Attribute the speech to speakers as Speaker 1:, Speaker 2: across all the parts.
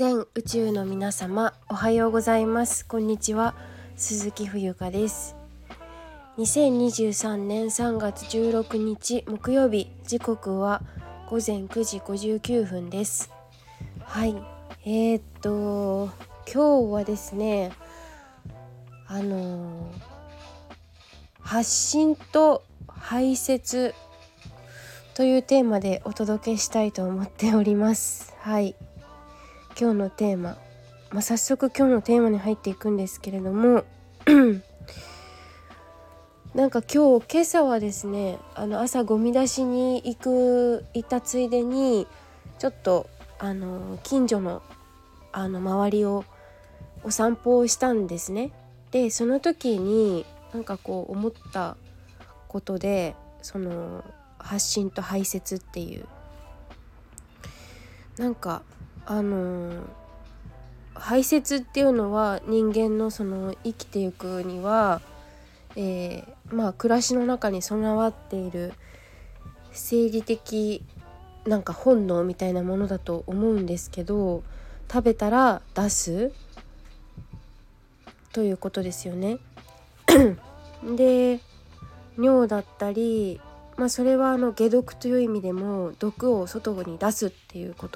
Speaker 1: 全宇宙の皆様、おはようございます。こんにちは、鈴木冬香です。2023年3月16日木曜日、時刻は午前9時59分です。はい、今日はですね、発信と排泄というテーマでお届けしたいと思っております。はい、今日のテーマ、早速今日のテーマに入っていくんですけれどもなんか今朝はですね、朝ゴミ出しに行ったついでにちょっと近所の周りをお散歩をしたんですね。でその時になんか思ったことで、その発信と排泄っていうなんか排泄っていうのは人間のその生きていくには、暮らしの中に備わっている生理的なんか本能みたいなものだと思うんですけど、食べたら出すということですよね。で尿だったり、それは解毒という意味でも毒を外に出すっていうこと、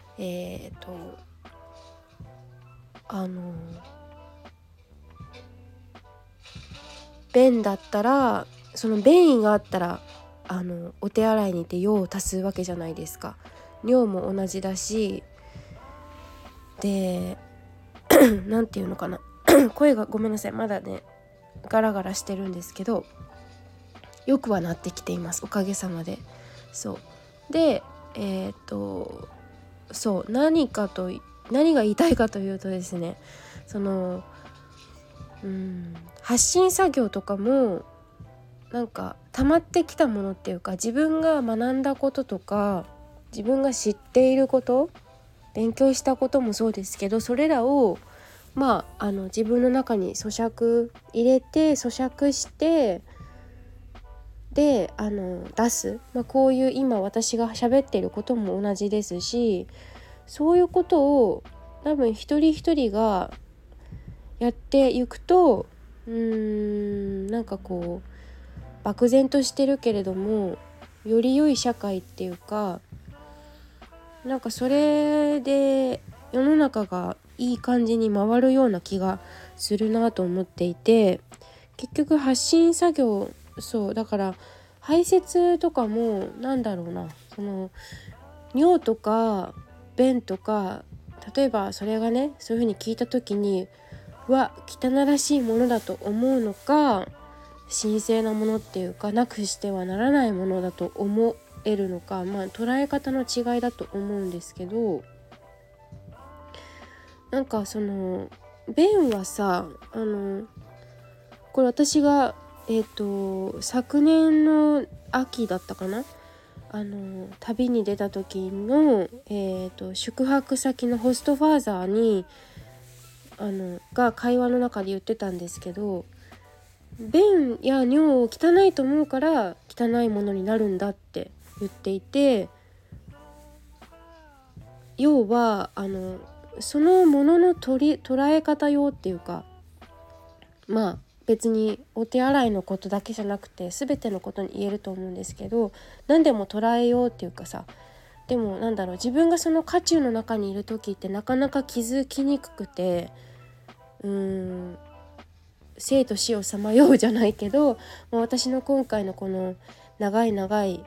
Speaker 1: 便だったら、その便意があったらお手洗いに行って用を足すわけじゃないですか。尿も同じだし、でなんていうのかな声がごめんなさい、まだねガラガラしてるんですけど、よくはなってきています、おかげさまで。そうで何が言いたいかというとですね、発信作業とかもなんか溜まってきたものっていうか、自分が学んだこととか自分が知っていること、勉強したこともそうですけど、それらを自分の中に咀嚼してで出す、こういう今私が喋っていることも同じですし、そういうことを多分一人一人がやっていくと漠然としてるけれどもより良い社会っていうか、それで世の中がいい感じに回るような気がするなと思っていて、結局発信作業、だから排泄とかもその尿とか便とか、例えばそれがね、そういう風に聞いた時に汚らしいものだと思うのか、神聖なものっていうかなくしてはならないものだと思えるのか、捉え方の違いだと思うんですけど、その便はさ、これ私が昨年の秋だったかな、旅に出た時の、宿泊先のホストファーザーにが会話の中で言ってたんですけど、便や尿を汚いと思うから汚いものになるんだって言っていて、要はそのものの捉え方用っていうか、別にお手洗いのことだけじゃなくて全てのことに言えると思うんですけど、何でも捉えようっていうかさ、でも自分がその渦中の中にいる時ってなかなか気づきにくくて、生と死をさまようじゃないけど、私の今回のこの長い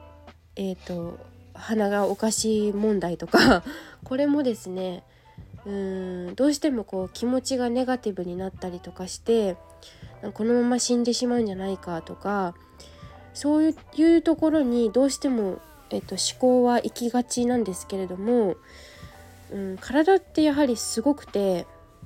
Speaker 1: 鼻がおかしい問題とかこれもですね、どうしても気持ちがネガティブになったりとかして、このまま死んでしまうんじゃないかとか、そういうところにどうしても、思考は行きがちなんですけれども、体ってやはりすごくて、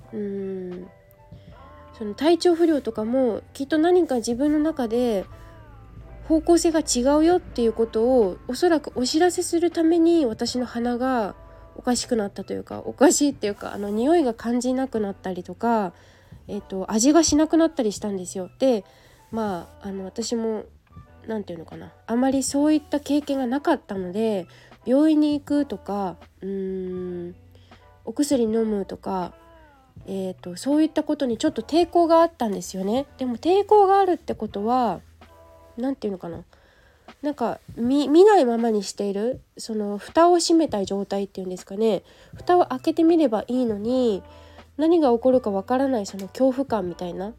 Speaker 1: その体調不良とかもきっと何か自分の中で方向性が違うよっていうことをおそらくお知らせするために、私の鼻がおかしくなったというか、おかしいっていうか匂いが感じなくなったりとか、味がしなくなったりしたんですよ。で私もあまりそういった経験がなかったので、病院に行くとかお薬飲むとか、そういったことにちょっと抵抗があったんですよね。でも抵抗があるってことはなんていうのかな、なんか見ないままにしている、その蓋を閉めた状態っていうんですかね、蓋を開けてみればいいのに何が起こるかわからない、その恐怖感みたいな、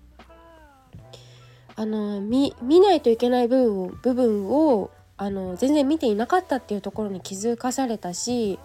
Speaker 1: 見ないといけない部分を全然見ていなかったっていうところに気づかされたし、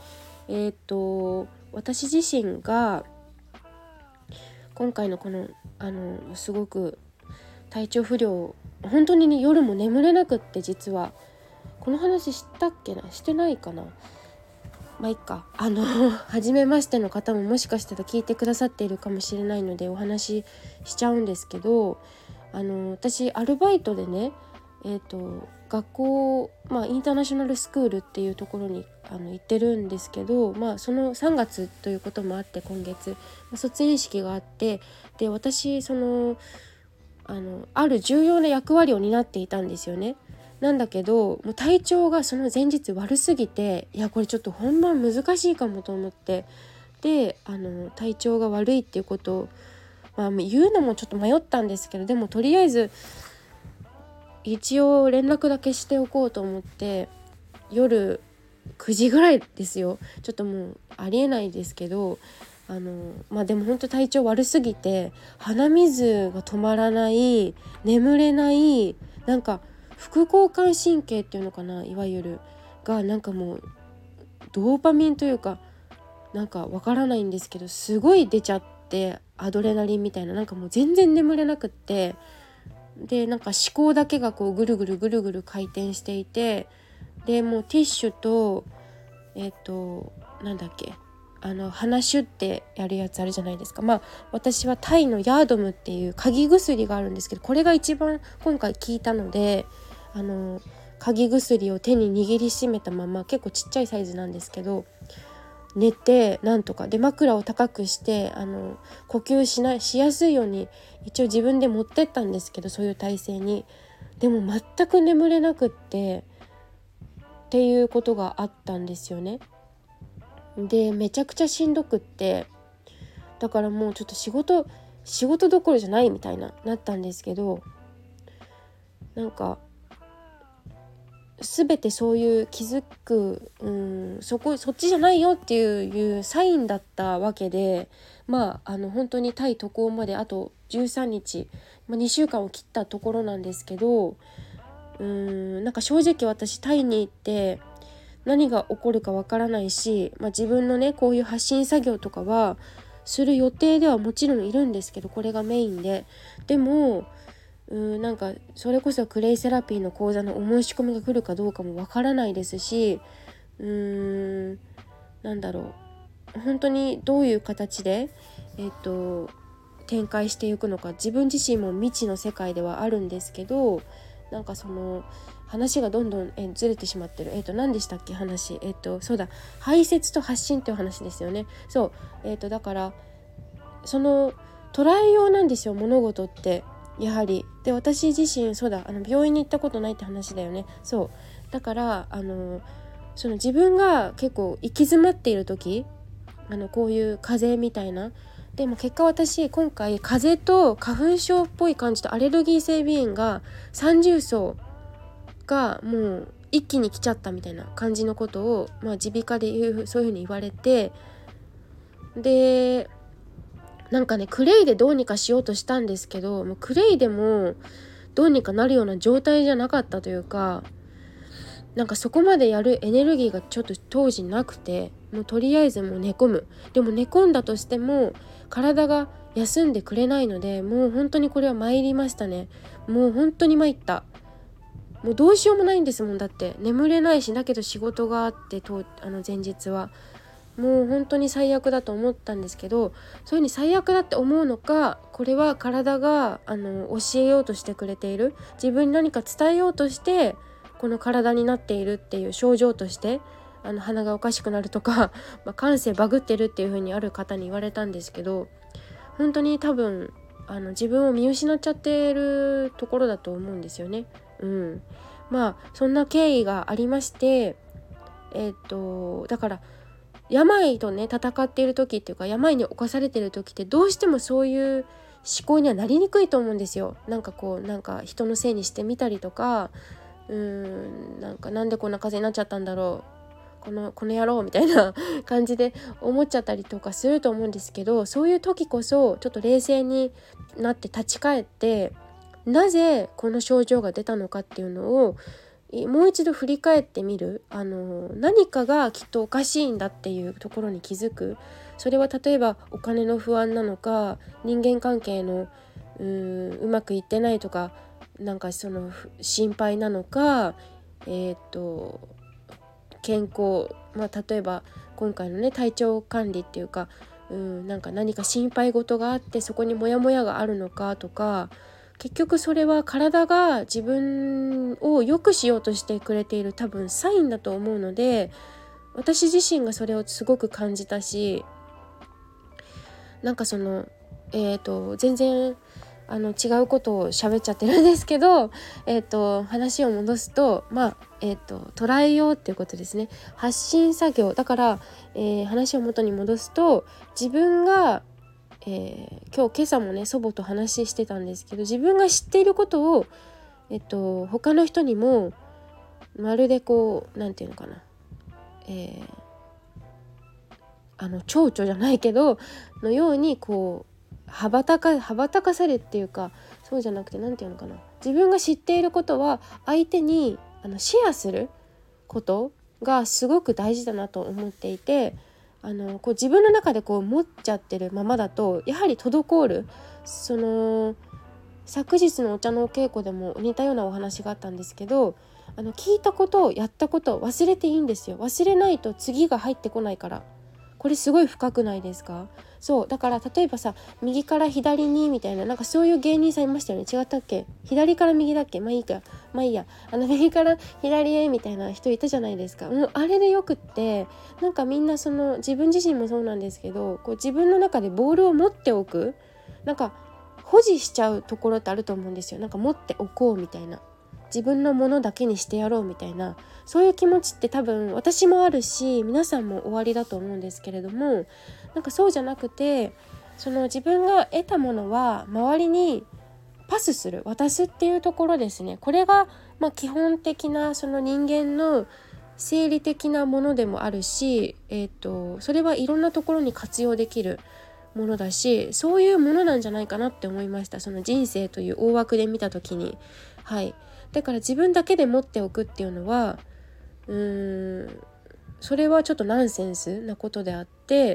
Speaker 1: 私自身が今回のこのすごく体調不良、本当にね夜も眠れなくって、実はこの話したっけな、してないかな、まあいいか、初めましての方ももしかしたら聞いてくださっているかもしれないのでお話ししちゃうんですけど、私アルバイトでね、学校、インターナショナルスクールっていうところに行ってるんですけど、その3月ということもあって今月、卒園式があって、で私ある重要な役割を担っていたんですよね。なんだけどもう体調がその前日悪すぎて、いやこれちょっと本番難しいかもと思って、で体調が悪いっていうことを、言うのもちょっと迷ったんですけど、でもとりあえず一応連絡だけしておこうと思って、夜9時ぐらいですよ、ちょっともうありえないですけど、でも本当体調悪すぎて鼻水が止まらない、眠れない、なんか副交感神経っていうのかな、いわゆるがなんかもうドーパミンというかなんかわからないんですけどすごい出ちゃって、アドレナリンみたいな、なんかもう全然眠れなくって、でなんか思考だけがこうぐるぐるぐるぐる回転していて、でもうティッシュとなんだっけ、鼻シュってやるやつあるじゃないですか。私はタイのヤードムっていう鍵薬があるんですけど、これが一番今回効いたので、鍵薬を手に握りしめたまま、結構ちっちゃいサイズなんですけど寝て、なんとかで枕を高くして呼吸しやすいように一応自分で持ってったんですけど、そういう体勢に。でも全く眠れなくっていうことがあったんですよね。でめちゃくちゃしんどくって、だからもうちょっと仕事どころじゃないみたいなったんですけど、なんか全てそういう気づく、そっちじゃないよっていうサインだったわけで、本当にタイ渡航まであと13日、2週間を切ったところなんですけど、なんか正直私タイに行って何が起こるかわからないし、自分のねこういう発信作業とかはする予定ではもちろんいるんですけど、これがメインでもなんかそれこそクレイセラピーの講座のお申し込みが来るかどうかもわからないですし、なんだろう、本当にどういう形で展開していくのか、自分自身も未知の世界ではあるんですけど、なんかその話がどんどんずれてしまってる。何でしたっけ話、そうだ、排泄と発信という話ですよね。そう、だからその捉えようなんですよ、物事って。やはりで、私自身そうだ、病院に行ったことないって話だよね。そうだからその自分が結構行き詰まっている時、こういう風邪みたいな、でも結果私今回風邪と花粉症っぽい感じとアレルギー性鼻炎が三重奏がもう一気に来ちゃったみたいな感じのことを、耳鼻科でそういう風に言われて、でなんかねクレイでどうにかしようとしたんですけど、もうクレイでもどうにかなるような状態じゃなかったというか、なんかそこまでやるエネルギーがちょっと当時なくて、もうとりあえずもう寝込む。でも寝込んだとしても体が休んでくれないので、もう本当にこれは参りましたね。もう本当に参った。もうどうしようもないんですもん。だって眠れないし、だけど仕事があって前日はもう本当に最悪だと思ったんですけど、そういうふうに最悪だって思うのか、これは体が教えようとしてくれている、自分に何か伝えようとしてこの体になっているっていう症状として、鼻がおかしくなるとか感性バグってるっていう風にある方に言われたんですけど、本当に多分自分を見失っちゃってるところだと思うんですよね。そんな経緯がありまして、だから病とね戦っている時っていうか、病に侵されている時ってどうしてもそういう思考にはなりにくいと思うんですよ。なんか人のせいにしてみたりとか、なんでこんな風邪になっちゃったんだろう、この野郎みたいな感じで思っちゃったりとかすると思うんですけど、そういう時こそちょっと冷静になって立ち返って、なぜこの症状が出たのかっていうのをもう一度振り返ってみる。何かがきっとおかしいんだっていうところに気づく。それは例えばお金の不安なのか、人間関係のうまくいってないとか、なんかその心配なのか、健康、例えば今回のね体調管理っていうか、なんか何か心配事があってそこにモヤモヤがあるのかとか、結局それは体が自分を良くしようとしてくれている多分サインだと思うので、私自身がそれをすごく感じたし、なんか全然違うことを喋っちゃってるんですけど、話を戻すと、捉えようっていうことですね。発信作業だから、話を元に戻すと、自分が今朝もね祖母と話してたんですけど、自分が知っていることを、他の人にもまるでなんていうのかな、蝶々じゃないけどのように羽ばたかされっていうか、そうじゃなくてなんていうのかな、自分が知っていることは相手にシェアすることがすごく大事だなと思っていて、自分の中で持っちゃってるままだとやはり滞る。昨日のお茶のお稽古でも似たようなお話があったんですけど、聞いたことをやったことを忘れていいんですよ。忘れないと次が入ってこないから。これすごい深くないですか？そうだから、例えばさ、右から左にみたいな、なんかそういう芸人さんいましたよね。違ったっけ？左から右だっけ？まあいいや、右から左へみたいな人いたじゃないですか。もうあれでよくって、なんかみんな自分自身もそうなんですけど、自分の中でボールを持っておく、なんか保持しちゃうところってあると思うんですよ。なんか持っておこうみたいな、自分のものだけにしてやろうみたいな、そういう気持ちって多分私もあるし、皆さんもおありだと思うんですけれども、なんかそうじゃなくて、自分が得たものは周りにパスする、渡すっていうところですね。これが基本的な人間の生理的なものでもあるし、それはいろんなところに活用できるものだし、そういうものなんじゃないかなって思いました。その人生という大枠で見た時に。はい。だから自分だけで持っておくっていうのはそれはちょっとナンセンスなことであって、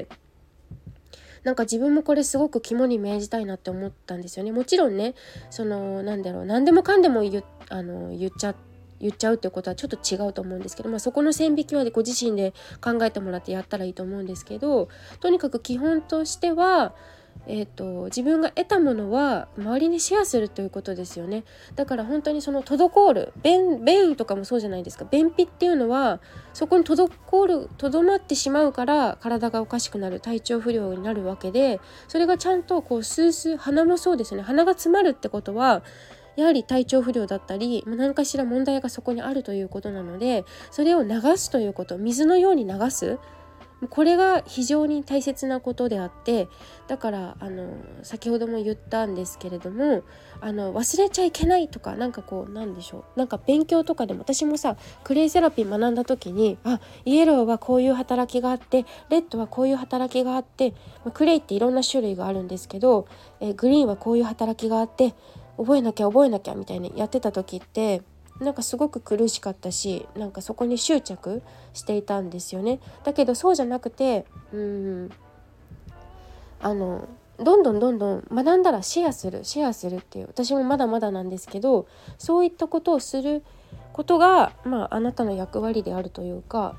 Speaker 1: なんか自分もこれすごく肝に銘じたいなって思ったんですよね。もちろんね、何でもかんでも言っちゃうってことはちょっと違うと思うんですけど、そこの線引きはご自身で考えてもらってやったらいいと思うんですけど、とにかく基本としては自分が得たものは周りにシェアするということですよね。だから本当に滞る便意とかもそうじゃないですか。便秘っていうのはそこにとどまってしまうから体がおかしくなる、体調不良になるわけで、それがちゃんとスースー、鼻もそうですよね。鼻が詰まるってことはやはり体調不良だったり何かしら問題がそこにあるということなので、それを流すということ、水のように流す、これが非常に大切なことであって、だから先ほども言ったんですけれども、忘れちゃいけないとか、なんでしょう、なんか勉強とかでも私もさ、クレイセラピー学んだ時に、イエローはこういう働きがあって、レッドはこういう働きがあって、クレイっていろんな種類があるんですけど、グリーンはこういう働きがあって、覚えなきゃみたいにやってた時って、なんかすごく苦しかったし、なんかそこに執着していたんですよね。だけどそうじゃなくて、どんどん学んだらシェアするっていう、私もまだまだなんですけど、そういったことをすることが、あなたの役割であるというか、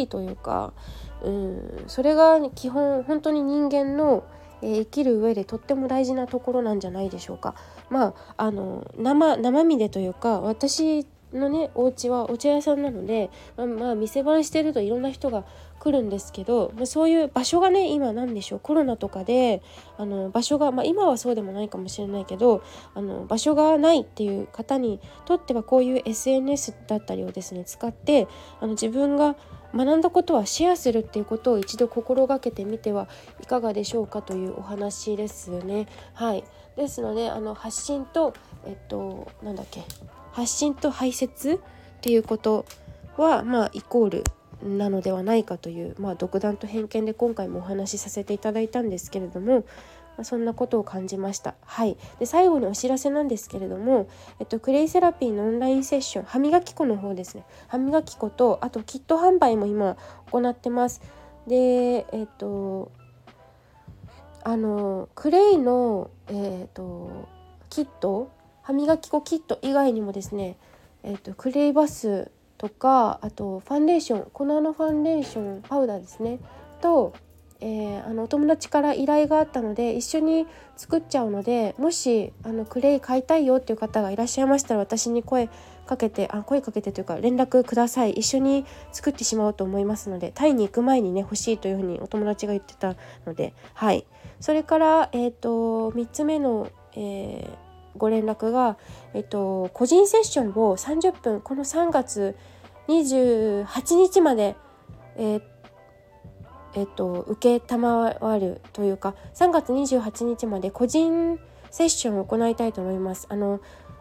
Speaker 1: それが基本、本当に人間の生きる上でとっても大事なところなんじゃないでしょうか。生身でというか、私のねお家はお茶屋さんなので、店番してるといろんな人が来るんですけど、そういう場所がね、今なんでしょう、コロナとかで場所が、今はそうでもないかもしれないけど、場所がないっていう方にとっては、こういう SNS だったりをですね使って、自分が学んだことはシェアするっていうことを一度心がけてみてはいかがでしょうかというお話ですね。はい。ですので発信と発信と排泄っていうことはイコールなのではないかという、独断と偏見で今回もお話しさせていただいたんですけれども、そんなことを感じました。はい。で最後にお知らせなんですけれども、クレイセラピーのオンラインセッション、歯磨き粉の方ですね。歯磨き粉とあとキット販売も今行ってます。でクレイのキット、歯磨き粉キット以外にもですね、クレイバスとか、あとファンデーション、粉のファンデーションパウダーですねと、お友達から依頼があったので一緒に作っちゃうので、もしクレイ買いたいよっていう方がいらっしゃいましたら、私に声かけてというか連絡ください。一緒に作ってしまおうと思いますので、タイに行く前にね欲しいというふうにお友達が言ってたので、はい。それから、3つ目の、ご連絡が、個人セッションを30分この3月28日まで、受けたまわるというか、3月28日まで個人セッションを行いたいと思います。今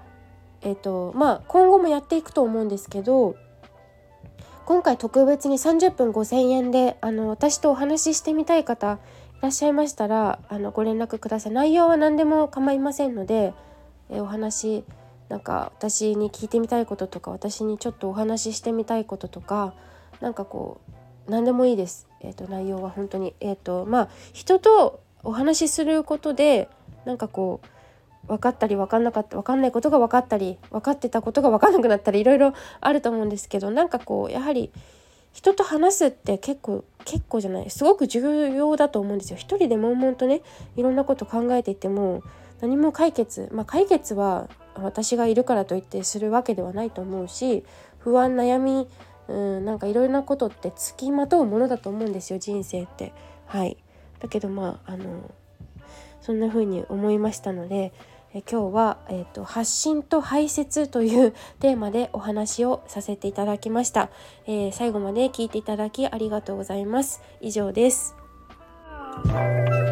Speaker 1: 後もやっていくと思うんですけど、今回特別に30分5000円で私とお話ししてみたい方いらっしゃいましたらご連絡ください。内容は何でも構いませんので、お話私に聞いてみたいこととか、私にちょっとお話ししてみたいこととか、何でもいいです。内容は本当に人とお話しすることで分かったり分かんないことが分かったり、分かってたことが分かんなくなったり、いろいろあると思うんですけど、やはり人と話すって結構じゃない、すごく重要だと思うんですよ。一人で悶々とねいろんなこと考えていても何も解決は私がいるからといってするわけではないと思うし、不安悩みいろいろなことってつきまとうものだと思うんですよ、人生って。はい。だけどそんな風に思いましたので、今日は、発信と排泄というテーマでお話をさせていただきました。最後まで聞いていただきありがとうございます。以上です。